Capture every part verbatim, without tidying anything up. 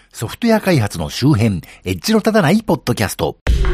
ソフトウェア開発の周辺、エッジの立たないポッドキャスト。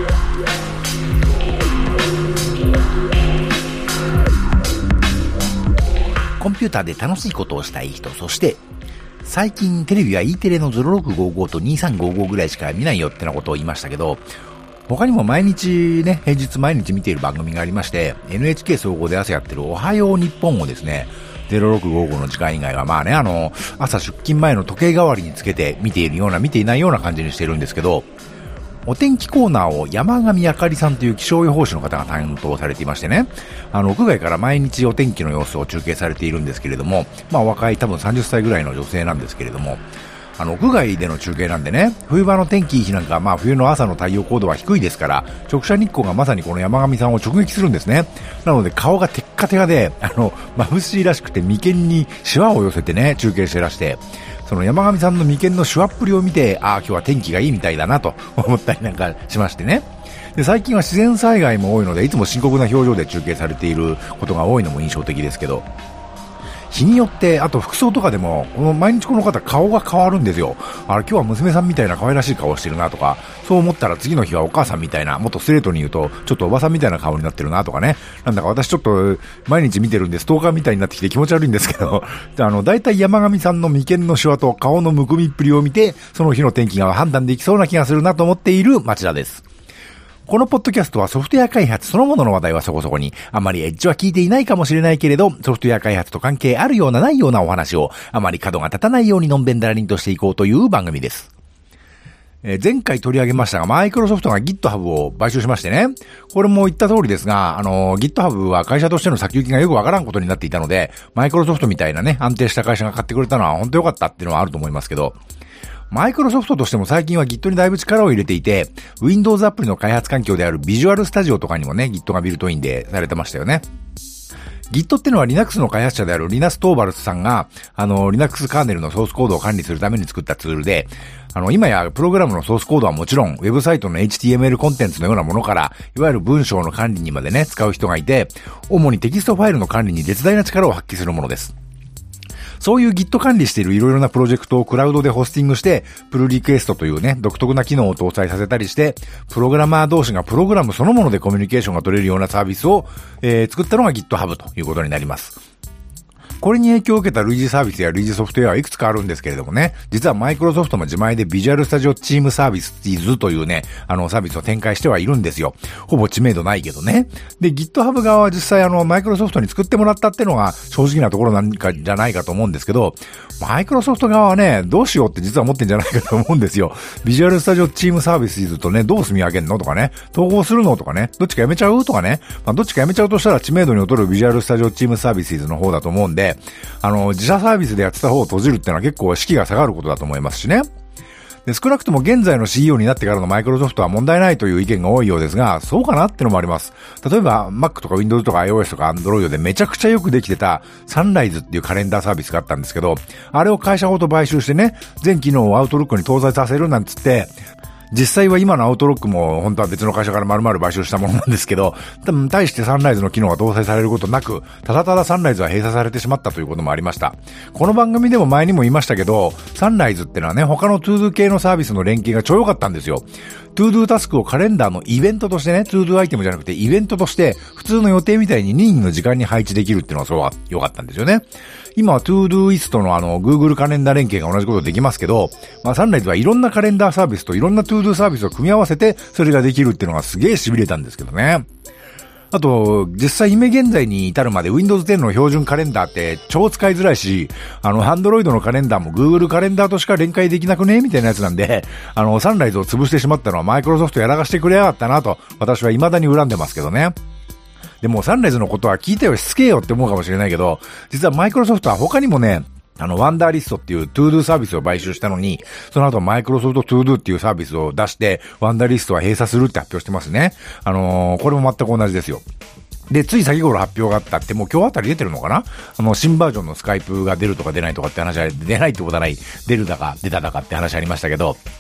コンピューターで楽しいことをしたい人、そして最近テレビは E テレのゼロろくごごとにさんごごぐらいしか見ないよってなことを言いましたけど、他にも毎日ね、平日毎日見ている番組がありまして、エヌエイチケー 総合で朝やってるおはよう日本をですね、ゼロろくごごの時間以外はまあね、あの、朝出勤前の時計代わりにつけて見ているような、見ていないような感じにしてるんですけど、お天気コーナーを山上あかりさんという気象予報士の方が担当されていましてね、あの、屋外から毎日お天気の様子を中継されているんですけれども、まあ若い多分さんじゅっさいぐらいの女性なんですけれども、あの、屋外での中継なんでね、冬場の天気いい日なんか、まあ冬の朝の太陽高度は低いですから、直射日光がまさにこの山上さんを直撃するんですね。なので顔がテッカテカで、あの、眩しいらしくて眉間にシワを寄せてね、中継してらして、その山上さんの眉間のシワっぷりを見て、ああ今日は天気がいいみたいだなと思ったりなんかしましてね。で、最近は自然災害も多いので、いつも深刻な表情で中継されていることが多いのも印象的ですけど、日によって、あと服装とかでも、この毎日この方顔が変わるんですよ。あれ今日は娘さんみたいな可愛らしい顔をしてるなとか、そう思ったら次の日はお母さんみたいな、もっとストレートに言うと、ちょっとおばさんみたいな顔になってるなとかね。なんだか私ちょっと毎日見てるんでストーカーみたいになってきて気持ち悪いんですけど、あの、だいたい山上さんの眉間のシワと顔のむくみっぷりを見て、その日の天気が判断できそうな気がするなと思っている町田です。このポッドキャストはソフトウェア開発そのものの話題はそこそこに、あまりエッジは聞いていないかもしれないけれど、ソフトウェア開発と関係あるようなないようなお話を、あまり角が立たないようにのんべんだらりんとしていこうという番組です。えー、前回取り上げましたが、マイクロソフトが GitHub を買収しましてね、これも言った通りですが、あのー、GitHub は会社としての先行きがよくわからんことになっていたので、マイクロソフトみたいなね、安定した会社が買ってくれたのは本当良かったっていうのはあると思いますけど、マイクロソフトとしても最近は Git にだいぶ力を入れていて、Windows アプリの開発環境である Visual Studio とかにもね、Git がビルトインでされてましたよね。Git ってのは Linux の開発者であるリナス・トーバルスさんが、あの、Linux カーネルのソースコードを管理するために作ったツールで、あの、今やプログラムのソースコードはもちろん、ウェブサイトの エイチティーエムエル コンテンツのようなものから、いわゆる文章の管理にまでね、使う人がいて、主にテキストファイルの管理に絶大な力を発揮するものです。そういう Git 管理しているいろいろなプロジェクトをクラウドでホスティングして、プルリクエストというね、独特な機能を搭載させたりして、プログラマー同士がプログラムそのものでコミュニケーションが取れるようなサービスを、えー、作ったのが GitHub ということになります。これに影響を受けた類似サービスや類似ソフトウェアはいくつかあるんですけれどもね、実はマイクロソフトも自前で Visual Studio Team Services というね、あのサービスを展開してはいるんですよ。ほぼ知名度ないけどね。で、GitHub 側は実際あのマイクロソフトに作ってもらったってのが正直なところなんかじゃないかと思うんですけど、マイクロソフト側はね、どうしようって実は思ってんじゃないかと思うんですよ。Visual Studio Team Services とね、どう住み分けんのとかね、統合するのとかね、どっちかやめちゃうとかね、まあ、どっちかやめちゃうとしたら知名度に劣る Visual Studio Team Services の方だと思うんで、あの、自社サービスでやってた方を閉じるってのは結構士気が下がることだと思いますしね。で、少なくとも現在の シーイーオー になってからのマイクロソフトは問題ないという意見が多いようですが、そうかなってのもあります。例えば Mac とか Windows とか iOS とか Android でめちゃくちゃよくできてたサンライズっていうカレンダーサービスがあったんですけど、あれを会社ごと買収してね、全機能をアウトロックに搭載させるなんつって、実際は今のアウトロックも本当は別の会社から丸々買収したものなんですけど、多分対してサンライズの機能が搭載されることなく、ただただサンライズは閉鎖されてしまったということもありました。この番組でも前にも言いましたけど、サンライズってのはね、他のトゥードゥ系のサービスの連携が超良かったんですよ。トゥードゥタスクをカレンダーのイベントとしてね、トゥードゥアイテムじゃなくてイベントとして普通の予定みたいに任意の時間に配置できるっていうのはそうは良かったんですよね。今は ToDoist のあの Google カレンダー連携が同じことできますけど、まあサンライズはいろんなカレンダーサービスといろんな ToDo サービスを組み合わせてそれができるっていうのがすげえ痺れたんですけどね。あと、実際今現在に至るまで Windows テンの標準カレンダーって超使いづらいし、あの Android のカレンダーも Google カレンダーとしか連携できなくねみたいなやつなんで、あのサンライズを潰してしまったのはマイクロソフトやらかしてくれやがったなと私は未だに恨んでますけどね。でもサンライズのことは聞いてよしつけよって思うかもしれないけど、実はマイクロソフトは他にもね、あの、ワンダーリストっていう ToDo サービスを買収したのに、その後マイクロソフト ToDo っていうサービスを出して、ワンダーリストは閉鎖するって発表してますね。あのー、これも全く同じですよ。で、つい先頃発表があったって、もう今日あたり出てるのかな？あの、新バージョンのスカイプが出るとか出ないとかって話は、出ないってことはない、出るだか出ただかって話ありましたけど、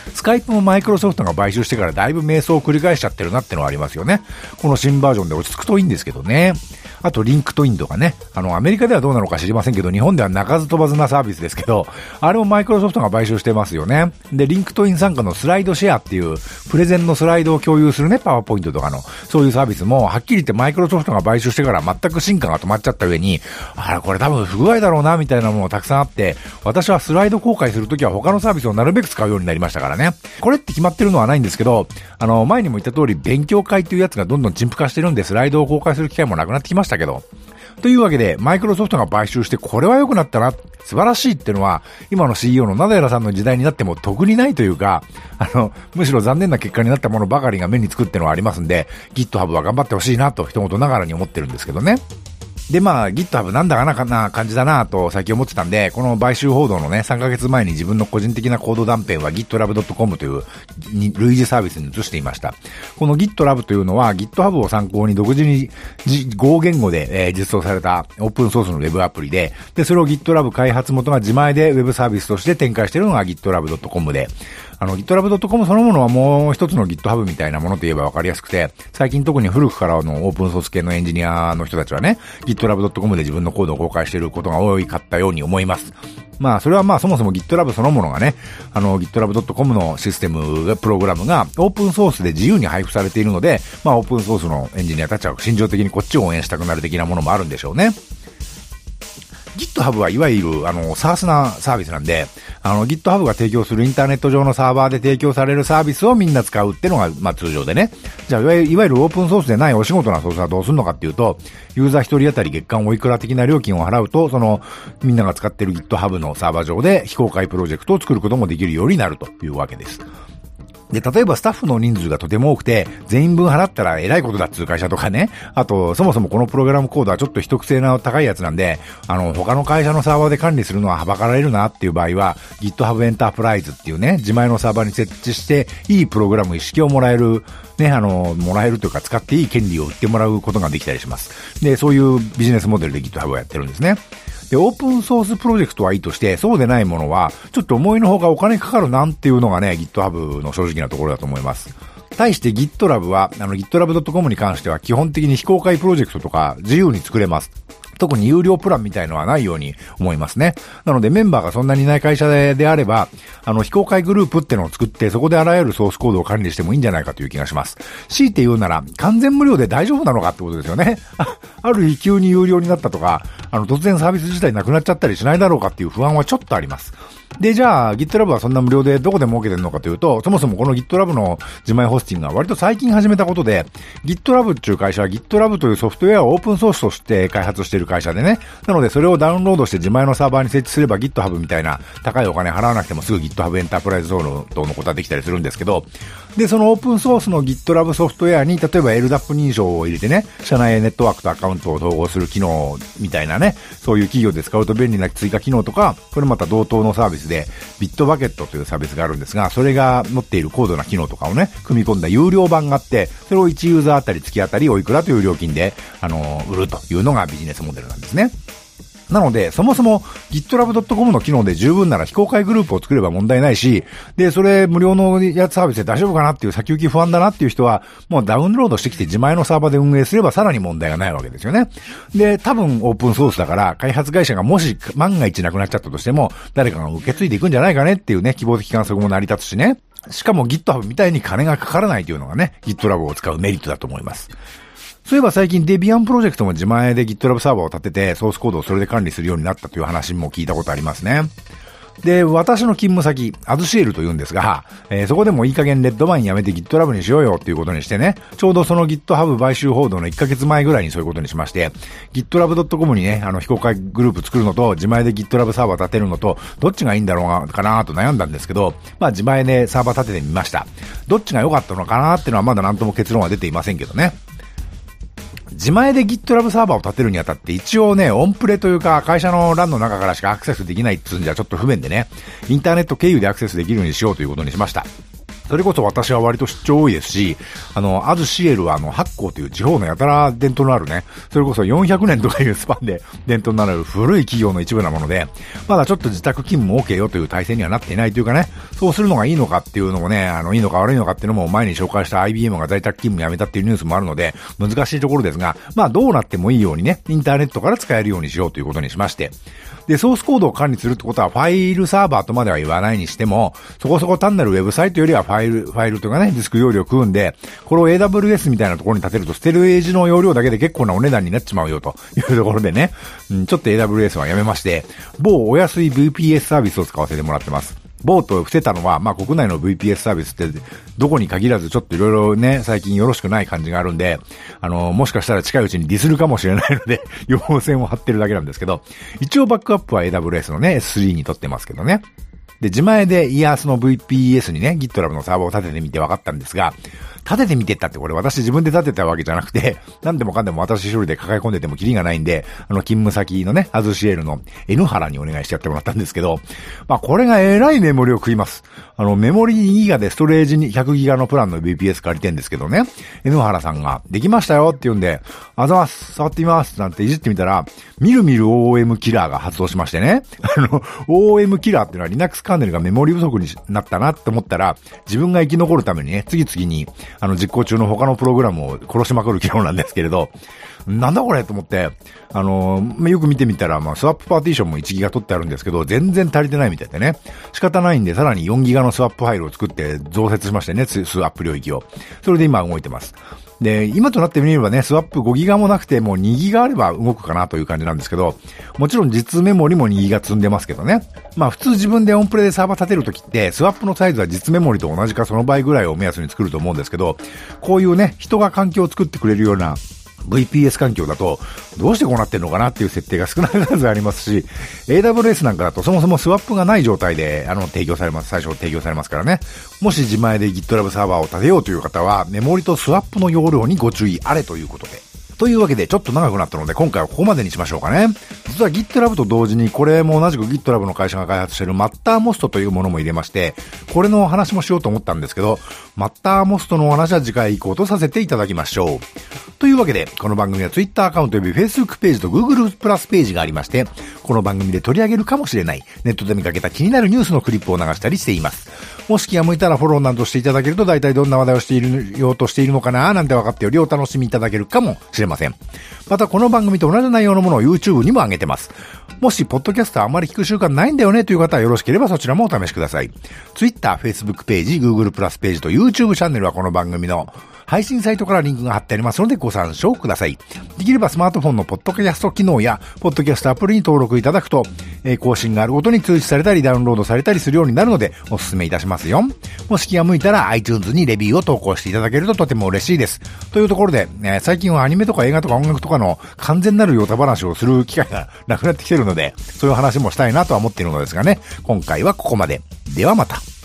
スカイプもマイクロソフトが買収してからだいぶ迷走を繰り返しちゃってるなってのはありますよね。この新バージョンで落ち着くといいんですけどね。あとリンクトインとかね、あのアメリカではどうなのか知りませんけど、日本では鳴かず飛ばずなサービスですけど、あれもマイクロソフトが買収してますよね。で、リンクトイン参加のスライドシェアっていうプレゼンのスライドを共有するね、パワーポイントとかのそういうサービスもはっきり言ってマイクロソフトが買収してから全く進化が止まっちゃった上に、あらこれ多分不具合だろうなみたいなものたくさんあって、私はスライド公開するときは他のサービスをなるべく使うようになりましたからね。これって決まってるのはないんですけど、あの前にも言った通り勉強会っていうやつがどんどん陳腐化してるんで、スライドを公開する機会もなくなってきましたけど、というわけでマイクロソフトが買収してこれは良くなったな、素晴らしいっていうのは今の シーイーオー のナデラさんの時代になっても特にないというか、あのむしろ残念な結果になったものばかりが目につくっていうのはありますんで、 GitHub は頑張ってほしいなと一言ながらに思ってるんですけどね。で、まあ、GitHub なんだかなかな感じだなと最近思ってたんで、この買収報道のね、さんかげつまえに自分の個人的なコード断片は ギットラブドットコム という類似サービスに移していました。この GitLab というのは GitHub を参考に独自に Go 言語で、えー、実装されたオープンソースのウェブアプリで、で、それを GitLab 開発元が自前でウェブサービスとして展開しているのが ギットラブドットコム で、あの ギットラブドットコム そのものはもう一つの GitHub みたいなものといえばわかりやすくて、最近特に古くからのオープンソース系のエンジニアの人たちはね、ギットラブドットコム で自分のコードを公開していることが多かったように思います。まあそれはまあそもそも GitLab そのものがね、あの ギットラブドットコム のシステムプログラムがオープンソースで自由に配布されているので、まあオープンソースのエンジニアたちは心情的にこっちを応援したくなる的なものもあるんでしょうね。GitHub はいわゆるあの SaaS なサービスなんで、あの GitHub が提供するインターネット上のサーバーで提供されるサービスをみんな使うっていうのがまあ通常でね。じゃあいわゆる、いわゆるオープンソースでないお仕事なソースはどうするのかっていうと、ユーザー一人当たり月間おいくら的な料金を払うと、そのみんなが使っている GitHub のサーバー上で非公開プロジェクトを作ることもできるようになるというわけです。で、例えばスタッフの人数がとても多くて、全員分払ったら偉いことだっつう会社とかね、あと、そもそもこのプログラムコードはちょっと秘匿性の高いやつなんで、あの、他の会社のサーバーで管理するのははばかられるなっていう場合は、GitHub Enterprise っていうね、自前のサーバーに設置して、いいプログラム一式をもらえる、ね、あの、もらえるというか使っていい権利を売ってもらうことができたりします。で、そういうビジネスモデルで GitHub をやってるんですね。で、オープンソースプロジェクトはいいとして、そうでないものは、ちょっと思いのほかお金かかるなんていうのがね、GitHub の正直なところだと思います。対して GitLab は、あの ギットラブドットコム に関しては基本的に非公開プロジェクトとか自由に作れます。特に有料プランみたいのはないように思いますね。なのでメンバーがそんなにいない会社で、であれば、あの非公開グループってのを作ってそこであらゆるソースコードを管理してもいいんじゃないかという気がします。強いて言うなら完全無料で大丈夫なのかってことですよね。ある日急に有料になったとか、あの突然サービス自体なくなっちゃったりしないだろうかっていう不安はちょっとあります。で、じゃあ GitLab はそんな無料でどこで儲けてるのかというと、そもそもこの GitLab の自前ホスティングは割と最近始めたことで、GitLab っていう会社は GitLab というソフトウェアをオープンソースとして開発している会社でね、なのでそれをダウンロードして自前のサーバーに設置すれば GitHub みたいな高いお金払わなくてもすぐ GitHub エンタープライズソールのことはできたりするんですけど、で、そのオープンソースの GitLab ソフトウェアに例えば エルダップ 認証を入れてね、社内ネットワークとアカウントを統合する機能みたいなね、そういう企業で使うと便利な追加機能とか、これまた同等のサービスでビットバケットというサービスがあるんですが、それが持っている高度な機能とかをね、組み込んだ有料版があって、それをいちユーザーあたり月あたりおいくらという料金で、あのー、売るというのがビジネスモデルなんですね。なので、そもそも ギットラブドットコム の機能で十分なら非公開グループを作れば問題ないし、で、それ無料のやつサービスで大丈夫かなっていう先行き不安だなっていう人は、もうダウンロードしてきて自前のサーバーで運営すればさらに問題がないわけですよね。で、多分オープンソースだから開発会社がもし万が一なくなっちゃったとしても、誰かが受け継いでいくんじゃないかねっていうね、希望的観測も成り立つしね。しかも GitHub みたいに金がかからないというのがね、GitLab を使うメリットだと思います。そういえば最近 Debian プロジェクトも自前で GitLab サーバーを立ててソースコードをそれで管理するようになったという話も聞いたことありますね。で、私の勤務先、アズシエルというんですが、えー、そこでもいい加減レッドマインやめて GitLab にしようよっていうことにしてね、ちょうどその GitHub 買収報道のいっかげつまえぐらいにそういうことにしまして、ギットラブドットコム にね、あの非公開グループ作るのと自前で GitLab サーバー立てるのと、どっちがいいんだろうかなと悩んだんですけど、まあ自前でサーバー立ててみました。どっちが良かったのかなっていうのはまだなんとも結論は出ていませんけどね。自前で GitLab サーバーを立てるにあたって一応ね、オンプレというか会社の ラン の中からしかアクセスできないっていうんじゃちょっと不便でね、インターネット経由でアクセスできるようにしようということにしました。 それこそ私は割と出張多いですし、あの、アズシエルはあの、八甲という地方のやたら伝統のあるね、それこそよんひゃくねんとかいうスパンで伝統のある古い企業の一部なもので、まだちょっと自宅勤務 OK よという体制にはなっていないというかね、そうするのがいいのかっていうのもね、あの、いいのか悪いのかっていうのも前に紹介した アイビーエム が在宅勤務やめたっていうニュースもあるので、難しいところですが、まあどうなってもいいようにね、インターネットから使えるようにしようということにしまして、で、ソースコードを管理するってことはファイルサーバーとまでは言わないにしても、そこそこ単なるウェブサイトよりはファイル、ファイルとかね、ディスク容量を食うんで、これを エーダブリューエス みたいなところに立てると、ステルエージの容量だけで結構なお値段になっちまうよというところでね、うん、ちょっと エーダブリューエス はやめまして、某お安い ブイピーエス サービスを使わせてもらってます。某と伏せたのは、まあ国内の ブイピーエス サービスってどこに限らずちょっといろいろね、最近よろしくない感じがあるんで、あの、もしかしたら近いうちにディスるかもしれないので、予報線を張ってるだけなんですけど、一応バックアップは エーダブリューエス のね、エススリー に取ってますけどね。で、自前でイヤースの ブイピーエス にね、GitLab のサーバーを立ててみて分かったんですが、立ててみてったってこれ私自分で立てたわけじゃなくて、何でもかんでも私一人で抱え込んでてもキリがないんで、あの勤務先のね、アズシエルの N 原にお願いしてやってもらったんですけど、まあこれがえらいメモリを食います。あのメモリにギガでストレージにひゃくギガのプランの ブイピーエス 借りてんですけどね、N 原さんができましたよって言うんで、あざます、触ってみますなんていじってみたら、みるみる オーエム キラーが発動しましてね、あの オーエム キラーっていうのは Linux カーネルがメモリ不足になったなって思ったら、自分が生き残るためにね、次々にあの実行中の他のプログラムを殺しまくる機能なんですけれど、なんだこれと思って、あのー、よく見てみたら、まあ、スワップパーティションもいちギガ取ってあるんですけど、全然足りてないみたいでね。仕方ないんで、さらによんギガのスワップファイルを作って増設しましてね、スワップ領域を。それで今動いてます。で、今となってみればね、スワップごギガもなくて、もうにギガあれば動くかなという感じなんですけど、もちろん実メモリもにギガ積んでますけどね。まあ普通自分でオンプレでサーバー立てるときって、スワップのサイズは実メモリと同じかその倍ぐらいを目安に作ると思うんですけど、こういうね、人が環境を作ってくれるような、ブイピーエス 環境だと、どうしてこうなってんのかなっていう設定が少なからずありますし、エーダブリューエス なんかだとそもそもスワップがない状態で、あの、提供されます。最初提供されますからね。もし自前で GitLab サーバーを立てようという方は、メモリとスワップの容量にご注意あれということで。というわけで、ちょっと長くなったので、今回はここまでにしましょうかね。実は GitLab と同時に、これも同じく GitLab の会社が開発している Mattermost というものも入れまして、これのお話もしようと思ったんですけど、Mattermost のお話は次回以降とさせていただきましょう。というわけで、この番組は Twitter アカウント及び Facebook ページと Google プラスページがありまして、この番組で取り上げるかもしれない、ネットで見かけた気になるニュースのクリップを流したりしています。もし気が向いたらフォローなどしていただけると、大体どんな話題をしているようとしているのかななんて分かってよりお楽しみいただけるかもしれません。またこの番組と同じ内容のものを YouTube にも上げてます。もしポッドキャストあまり聞く習慣ないんだよねという方はよろしければそちらもお試しください。Twitter、Facebook ページ、Google プラスページと YouTube チャンネルはこの番組の配信サイトからリンクが貼ってありますのでご参照ください。できればスマートフォンのポッドキャスト機能やポッドキャストアプリに登録いただくと、えー、更新があるごとに通知されたりダウンロードされたりするようになるのでお勧めいたしますよ。もし気が向いたら iTunes にレビューを投稿していただけるととても嬉しいです。というところで、えー、最近はアニメとか映画とか音楽とかの完全なるヨタ話をする機会がなくなってきてるので、そういう話もしたいなとは思っているのですがね、今回はここまで。ではまた。